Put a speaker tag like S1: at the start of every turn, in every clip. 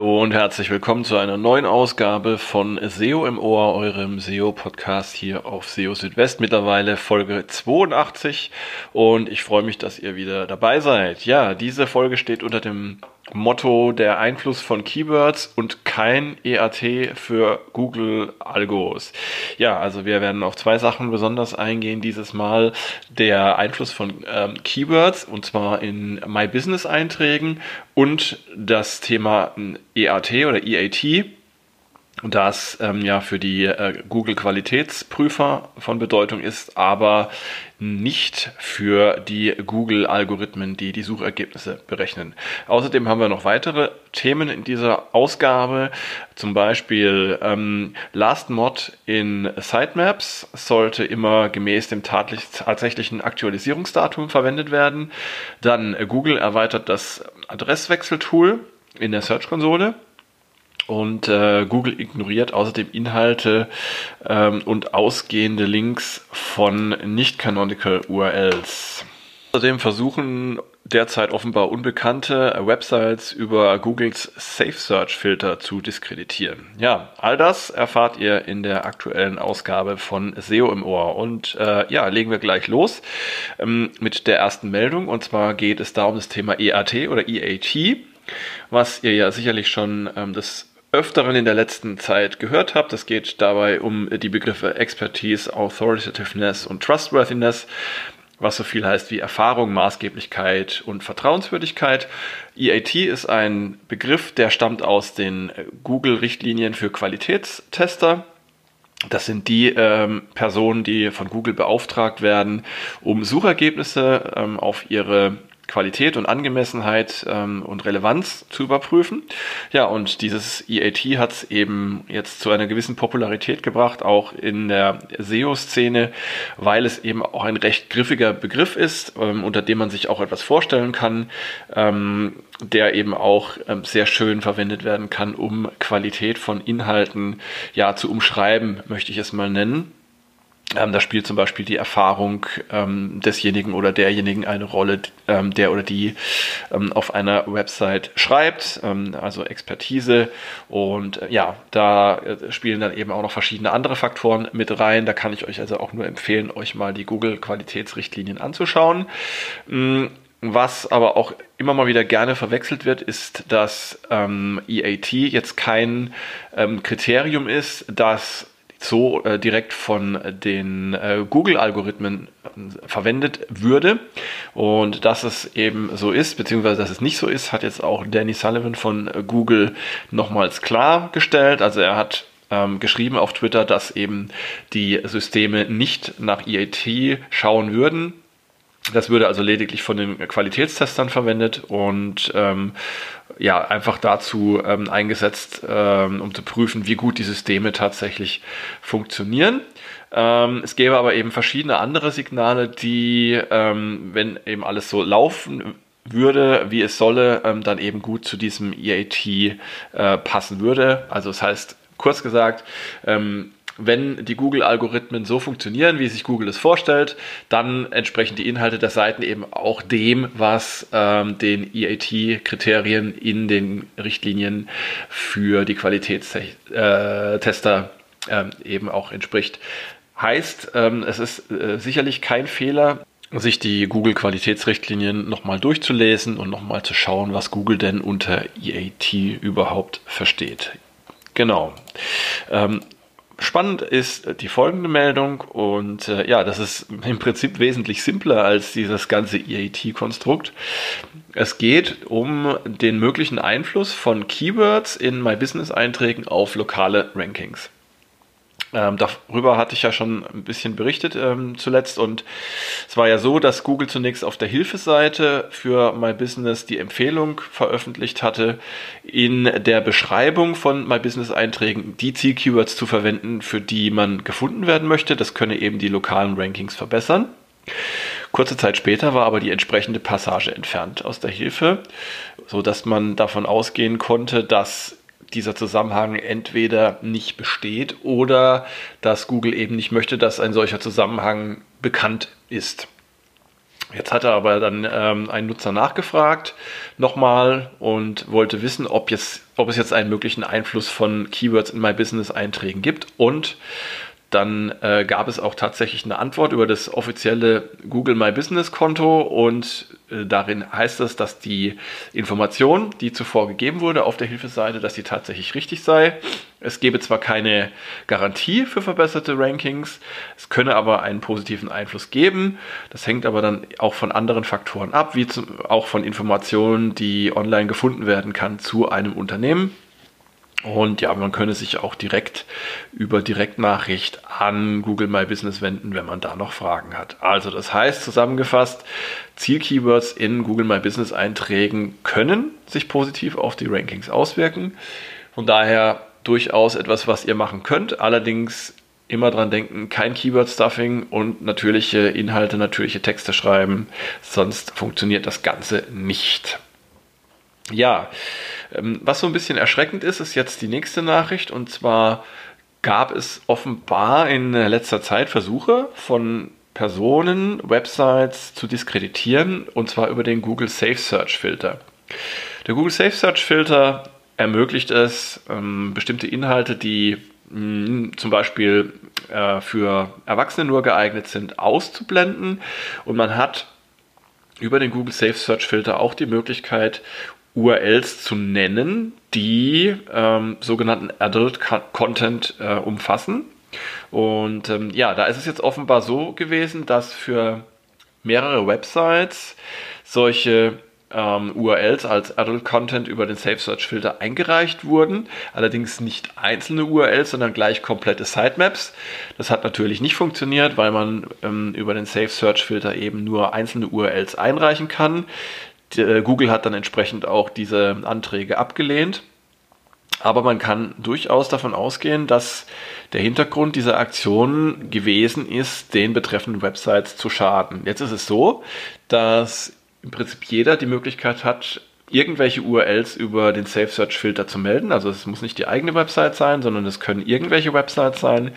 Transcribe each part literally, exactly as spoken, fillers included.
S1: Und herzlich willkommen zu einer neuen Ausgabe von S E O im Ohr, eurem S E O-Podcast hier auf S E O Südwest, mittlerweile Folge zweiundachtzig, und ich freue mich, dass ihr wieder dabei seid. Ja, diese Folge steht unter dem Motto der Einfluss von Keywords und kein E A T für Google-Algos. Ja, also wir werden auf zwei Sachen besonders eingehen dieses Mal. Der Einfluss von ähm, Keywords, und zwar in My Business-Einträgen, und das Thema E A T oder E A T, das ähm, ja für die äh, Google-Qualitätsprüfer von Bedeutung ist, aber nicht für die Google-Algorithmen, die die Suchergebnisse berechnen. Außerdem haben wir noch weitere Themen in dieser Ausgabe, zum Beispiel ähm, Last Mod in Sitemaps sollte immer gemäß dem tatsächlichen Aktualisierungsdatum verwendet werden. Dann äh, Google erweitert das Adresswechseltool in der Search-Konsole. Und äh, Google ignoriert außerdem Inhalte ähm, und ausgehende Links von nicht-canonical U R Ls. Außerdem versuchen derzeit offenbar unbekannte Websites über Googles Safe Search Filter zu diskreditieren. Ja, all das erfahrt ihr in der aktuellen Ausgabe von S E O im Ohr. Und äh, ja, legen wir gleich los ähm, mit der ersten Meldung. Und zwar geht es da um das Thema E A T oder E A T, was ihr ja sicherlich schon ähm, das Öfteren in der letzten Zeit gehört habt. Es geht dabei um die Begriffe Expertise, Authoritativeness und Trustworthiness, was so viel heißt wie Erfahrung, Maßgeblichkeit und Vertrauenswürdigkeit. E A T ist ein Begriff, der stammt aus den Google-Richtlinien für Qualitätstester. Das sind die ähm, Personen, die von Google beauftragt werden, um Suchergebnisse ähm, auf ihre Qualität und Angemessenheit ähm, und Relevanz zu überprüfen. Ja, und dieses E A T hat es eben jetzt zu einer gewissen Popularität gebracht, auch in der S E O-Szene, weil es eben auch ein recht griffiger Begriff ist, ähm, unter dem man sich auch etwas vorstellen kann, ähm, der eben auch ähm, sehr schön verwendet werden kann, um Qualität von Inhalten ja zu umschreiben, möchte ich es mal nennen. Ähm, da spielt zum Beispiel die Erfahrung ähm, desjenigen oder derjenigen eine Rolle, ähm, der oder die ähm, auf einer Website schreibt, ähm, also Expertise. Und äh, ja, da äh, spielen dann eben auch noch verschiedene andere Faktoren mit rein. Da kann ich euch also auch nur empfehlen, euch mal die Google-Qualitätsrichtlinien anzuschauen. Ähm, Was aber auch immer mal wieder gerne verwechselt wird, ist, dass ähm, E A T jetzt kein ähm, Kriterium ist, das so äh, direkt von den äh, Google-Algorithmen äh, verwendet würde. Und dass es eben so ist, beziehungsweise dass es nicht so ist, hat jetzt auch Danny Sullivan von äh, Google nochmals klargestellt. Also er hat ähm, geschrieben auf Twitter, dass eben die Systeme nicht nach E A T schauen würden. Das würde also lediglich von den Qualitätstestern verwendet und ähm, ja, einfach dazu ähm, eingesetzt, ähm, um zu prüfen, wie gut die Systeme tatsächlich funktionieren. Ähm, es gäbe aber eben verschiedene andere Signale, die, ähm, wenn eben alles so laufen würde, wie es solle, ähm, dann eben gut zu diesem E A T äh, passen würde. Also das heißt, kurz gesagt, ähm, wenn die Google-Algorithmen so funktionieren, wie sich Google es vorstellt, dann entsprechen die Inhalte der Seiten eben auch dem, was ähm, den E A T-Kriterien in den Richtlinien für die Qualitätstester äh, eben auch entspricht. Heißt, ähm, es ist äh, sicherlich kein Fehler, sich die Google-Qualitätsrichtlinien nochmal durchzulesen und nochmal zu schauen, was Google denn unter E A T überhaupt versteht. Genau. Ähm, Spannend ist die folgende Meldung, und äh, ja, das ist im Prinzip wesentlich simpler als dieses ganze E A T-Konstrukt. Es geht um den möglichen Einfluss von Keywords in My Business-Einträgen auf lokale Rankings. Ähm, darüber hatte ich ja schon ein bisschen berichtet ähm, zuletzt, und es war ja so, dass Google zunächst auf der Hilfeseite für My Business die Empfehlung veröffentlicht hatte, in der Beschreibung von My Business Einträgen die Ziel-Keywords zu verwenden, für die man gefunden werden möchte. Das könne eben die lokalen Rankings verbessern. Kurze Zeit später war aber die entsprechende Passage entfernt aus der Hilfe, sodass man davon ausgehen konnte, dass dieser Zusammenhang entweder nicht besteht oder dass Google eben nicht möchte, dass ein solcher Zusammenhang bekannt ist. Jetzt hatte aber dann ähm, ein Nutzer nachgefragt nochmal und wollte wissen, ob, jetzt, ob es jetzt einen möglichen Einfluss von Keywords in My Business Einträgen gibt, und dann äh, gab es auch tatsächlich eine Antwort über das offizielle Google My Business Konto, und äh, darin heißt es, dass die Information, die zuvor gegeben wurde auf der Hilfeseite, dass die tatsächlich richtig sei. Es gebe zwar keine Garantie für verbesserte Rankings, es könne aber einen positiven Einfluss geben. Das hängt aber dann auch von anderen Faktoren ab, wie zum, auch von Informationen, die online gefunden werden kann zu einem Unternehmen. Und ja, man könne sich auch direkt über Direktnachricht an Google My Business wenden, wenn man da noch Fragen hat. Also das heißt, zusammengefasst, Zielkeywords in Google My Business Einträgen können sich positiv auf die Rankings auswirken. Von daher durchaus etwas, was ihr machen könnt. Allerdings immer dran denken, kein Keyword-Stuffing und natürliche Inhalte, natürliche Texte schreiben, sonst funktioniert das Ganze nicht. Ja, was so ein bisschen erschreckend ist, ist jetzt die nächste Nachricht, und zwar gab es offenbar in letzter Zeit Versuche von Personen, Websites zu diskreditieren, und zwar über den Google Safe Search Filter. Der Google Safe Search Filter ermöglicht es, ähm, bestimmte Inhalte, die mh, zum Beispiel äh, für Erwachsene nur geeignet sind, auszublenden, und man hat über den Google Safe Search Filter auch die Möglichkeit, U R Ls zu nennen, die ähm, sogenannten Adult Content äh, umfassen. Und ähm, ja, da ist es jetzt offenbar so gewesen, dass für mehrere Websites solche ähm, U R Ls als Adult Content über den Safe Search Filter eingereicht wurden. Allerdings nicht einzelne U R Ls, sondern gleich komplette Sitemaps. Das hat natürlich nicht funktioniert, weil man ähm, über den Safe Search Filter eben nur einzelne U R Ls einreichen kann. Google hat dann entsprechend auch diese Anträge abgelehnt. Aber man kann durchaus davon ausgehen, dass der Hintergrund dieser Aktion gewesen ist, den betreffenden Websites zu schaden. Jetzt ist es so, dass im Prinzip jeder die Möglichkeit hat, irgendwelche U R Ls über den Safe Search Filter zu melden. Also es muss nicht die eigene Website sein, sondern es können irgendwelche Websites sein.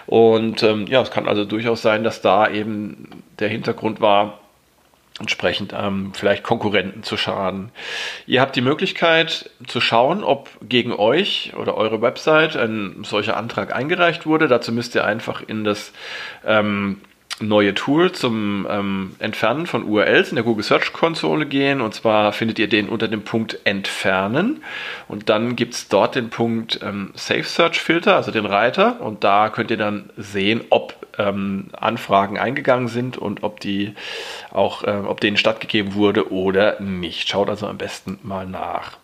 S1: Und ähm, ja, es kann also durchaus sein, dass da eben der Hintergrund war, entsprechend ähm, vielleicht Konkurrenten zu schaden. Ihr habt die Möglichkeit zu schauen, ob gegen euch oder eure Website ein solcher Antrag eingereicht wurde. Dazu müsst ihr einfach in das ähm, neue Tool zum ähm, Entfernen von U R Ls in der Google Search Konsole gehen, und zwar findet ihr den unter dem Punkt Entfernen, und dann gibt es dort den Punkt ähm, Safe Search Filter, also den Reiter, und da könnt ihr dann sehen, ob ähm, Anfragen eingegangen sind und ob die auch, äh, ob denen stattgegeben wurde oder nicht. Schaut also am besten mal nach.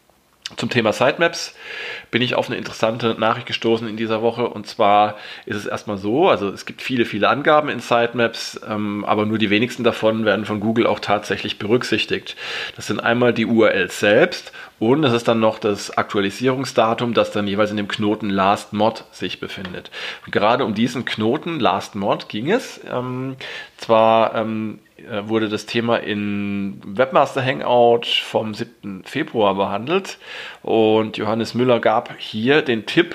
S1: Zum Thema Sitemaps bin ich auf eine interessante Nachricht gestoßen in dieser Woche, und zwar ist es erstmal so, also es gibt viele, viele Angaben in Sitemaps, ähm, aber nur die wenigsten davon werden von Google auch tatsächlich berücksichtigt. Das sind einmal die U R Ls selbst, und es ist dann noch das Aktualisierungsdatum, das dann jeweils in dem Knoten Last Mod sich befindet. Und gerade um diesen Knoten Last Mod ging es. Ähm, zwar ähm, wurde das Thema in Webmaster Hangout vom siebten Februar behandelt, und Johannes Müller gab hier den Tipp,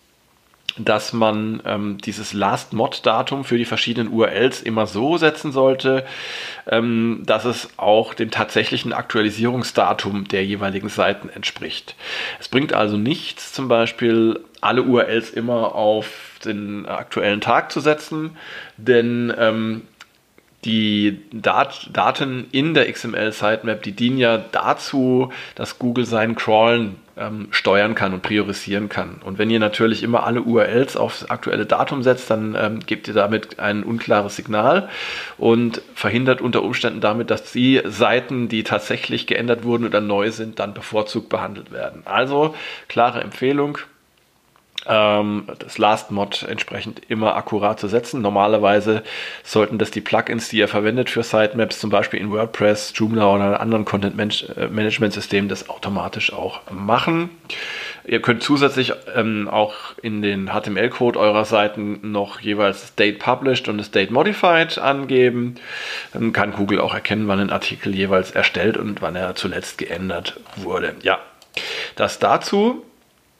S1: dass man ähm, dieses Last-Mod-Datum für die verschiedenen U R Ls immer so setzen sollte, ähm, dass es auch dem tatsächlichen Aktualisierungsdatum der jeweiligen Seiten entspricht. Es bringt also nichts, zum Beispiel alle U R Ls immer auf den aktuellen Tag zu setzen, denn ähm, die Dat- Daten in der X M L-Sitemap, die dienen ja dazu, dass Google seinen Crawlen ähm, steuern kann und priorisieren kann. Und wenn ihr natürlich immer alle U R Ls aufs aktuelle Datum setzt, dann ähm, gebt ihr damit ein unklares Signal und verhindert unter Umständen damit, dass die Seiten, die tatsächlich geändert wurden oder neu sind, dann bevorzugt behandelt werden. Also klare Empfehlung, das Last Mod entsprechend immer akkurat zu setzen. Normalerweise sollten das die Plugins, die ihr verwendet für Sitemaps, zum Beispiel in WordPress, Joomla oder einem anderen Content-Management-System, das automatisch auch machen. Ihr könnt zusätzlich ähm, auch in den H T M L-Code eurer Seiten noch jeweils das Date Published und das Date Modified angeben. Dann kann Google auch erkennen, wann ein Artikel jeweils erstellt und wann er zuletzt geändert wurde. Ja, das dazu.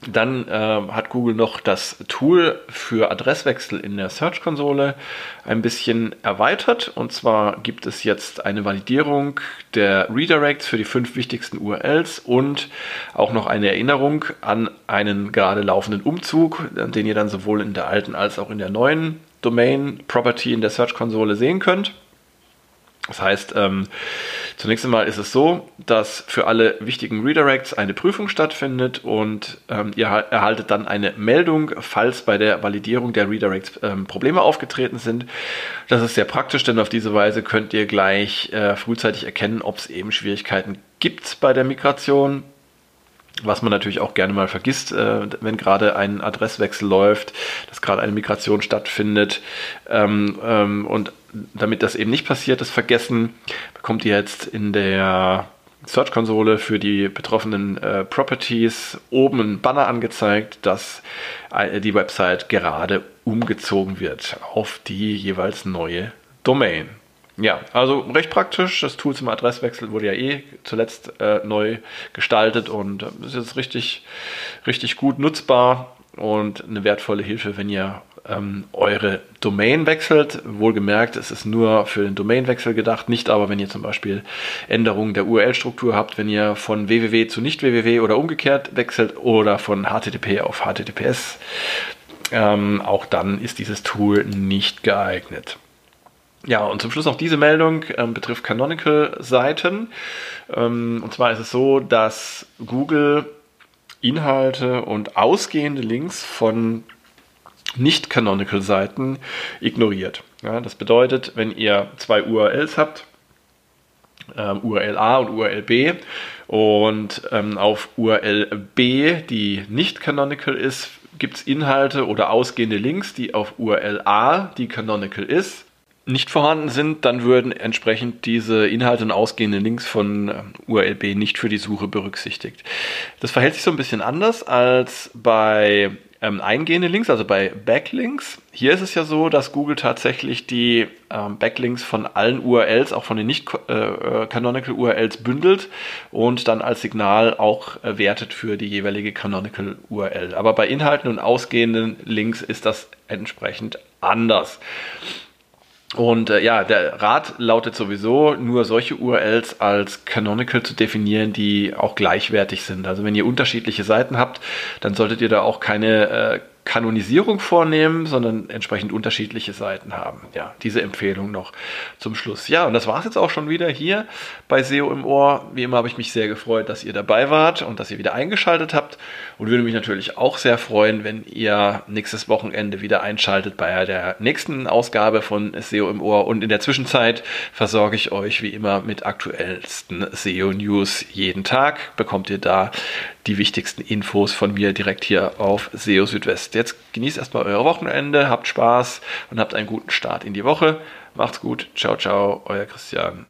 S1: Dann äh, hat Google noch das Tool für Adresswechsel in der Search-Konsole ein bisschen erweitert. Und zwar gibt es jetzt eine Validierung der Redirects für die fünf wichtigsten U R Ls und auch noch eine Erinnerung an einen gerade laufenden Umzug, den ihr dann sowohl in der alten als auch in der neuen Domain-Property in der Search-Konsole sehen könnt. Das heißt, ähm, zunächst einmal ist es so, dass für alle wichtigen Redirects eine Prüfung stattfindet und ähm, ihr erhaltet dann eine Meldung, falls bei der Validierung der Redirects ähm, Probleme aufgetreten sind. Das ist sehr praktisch, denn auf diese Weise könnt ihr gleich äh, frühzeitig erkennen, ob es eben Schwierigkeiten gibt bei der Migration. Was man natürlich auch gerne mal vergisst, äh, wenn gerade ein Adresswechsel läuft, dass gerade eine Migration stattfindet. Ähm, ähm, und damit das eben nicht passiert, das Vergessen, bekommt ihr jetzt in der Search-Konsole für die betroffenen äh, Properties oben ein Banner angezeigt, dass äh, die Website gerade umgezogen wird auf die jeweils neue Domain. Ja, also recht praktisch. Das Tool zum Adresswechsel wurde ja eh zuletzt äh, neu gestaltet und äh, ist jetzt richtig, richtig gut nutzbar und eine wertvolle Hilfe, wenn ihr ähm, eure Domain wechselt. Wohlgemerkt, es ist nur für den Domainwechsel gedacht, nicht aber, wenn ihr zum Beispiel Änderungen der U R L-Struktur habt, wenn ihr von www zu nicht www oder umgekehrt wechselt oder von H T T P auf H T T P S. Ähm, auch dann ist dieses Tool nicht geeignet. Ja, und zum Schluss noch diese Meldung ähm, betrifft Canonical-Seiten. Ähm, und zwar ist es so, dass Google Inhalte und ausgehende Links von Nicht-Canonical-Seiten ignoriert. Ja, das bedeutet, wenn ihr zwei U R Ls habt, ähm, U R L A und U R L B, und ähm, auf U R L B, die nicht canonical ist, gibt es Inhalte oder ausgehende Links, die auf U R L A, die canonical ist, nicht vorhanden sind, dann würden entsprechend diese Inhalte und ausgehenden Links von U R L B nicht für die Suche berücksichtigt. Das verhält sich so ein bisschen anders als bei ähm, eingehenden Links, also bei Backlinks. Hier ist es ja so, dass Google tatsächlich die ähm, Backlinks von allen U R Ls, auch von den nicht äh, canonical U R Ls bündelt und dann als Signal auch äh, wertet für die jeweilige canonical U R L. Aber bei Inhalten und ausgehenden Links ist das entsprechend anders. Und äh, ja, der Rat lautet sowieso, nur solche U R Ls als canonical zu definieren, die auch gleichwertig sind. Also wenn ihr unterschiedliche Seiten habt, dann solltet ihr da auch keine äh, Kanonisierung vornehmen, sondern entsprechend unterschiedliche Seiten haben. Ja, diese Empfehlung noch zum Schluss. Ja, und das war es jetzt auch schon wieder hier bei S E O im Ohr. Wie immer habe ich mich sehr gefreut, dass ihr dabei wart und dass ihr wieder eingeschaltet habt und würde mich natürlich auch sehr freuen, wenn ihr nächstes Wochenende wieder einschaltet bei der nächsten Ausgabe von S E O im Ohr, und in der Zwischenzeit versorge ich euch wie immer mit aktuellsten S E O-News jeden Tag. Bekommt ihr da die wichtigsten Infos von mir direkt hier auf S E O Südwest. Jetzt genießt erstmal euer Wochenende, habt Spaß und habt einen guten Start in die Woche. Macht's gut, ciao, ciao, euer Christian.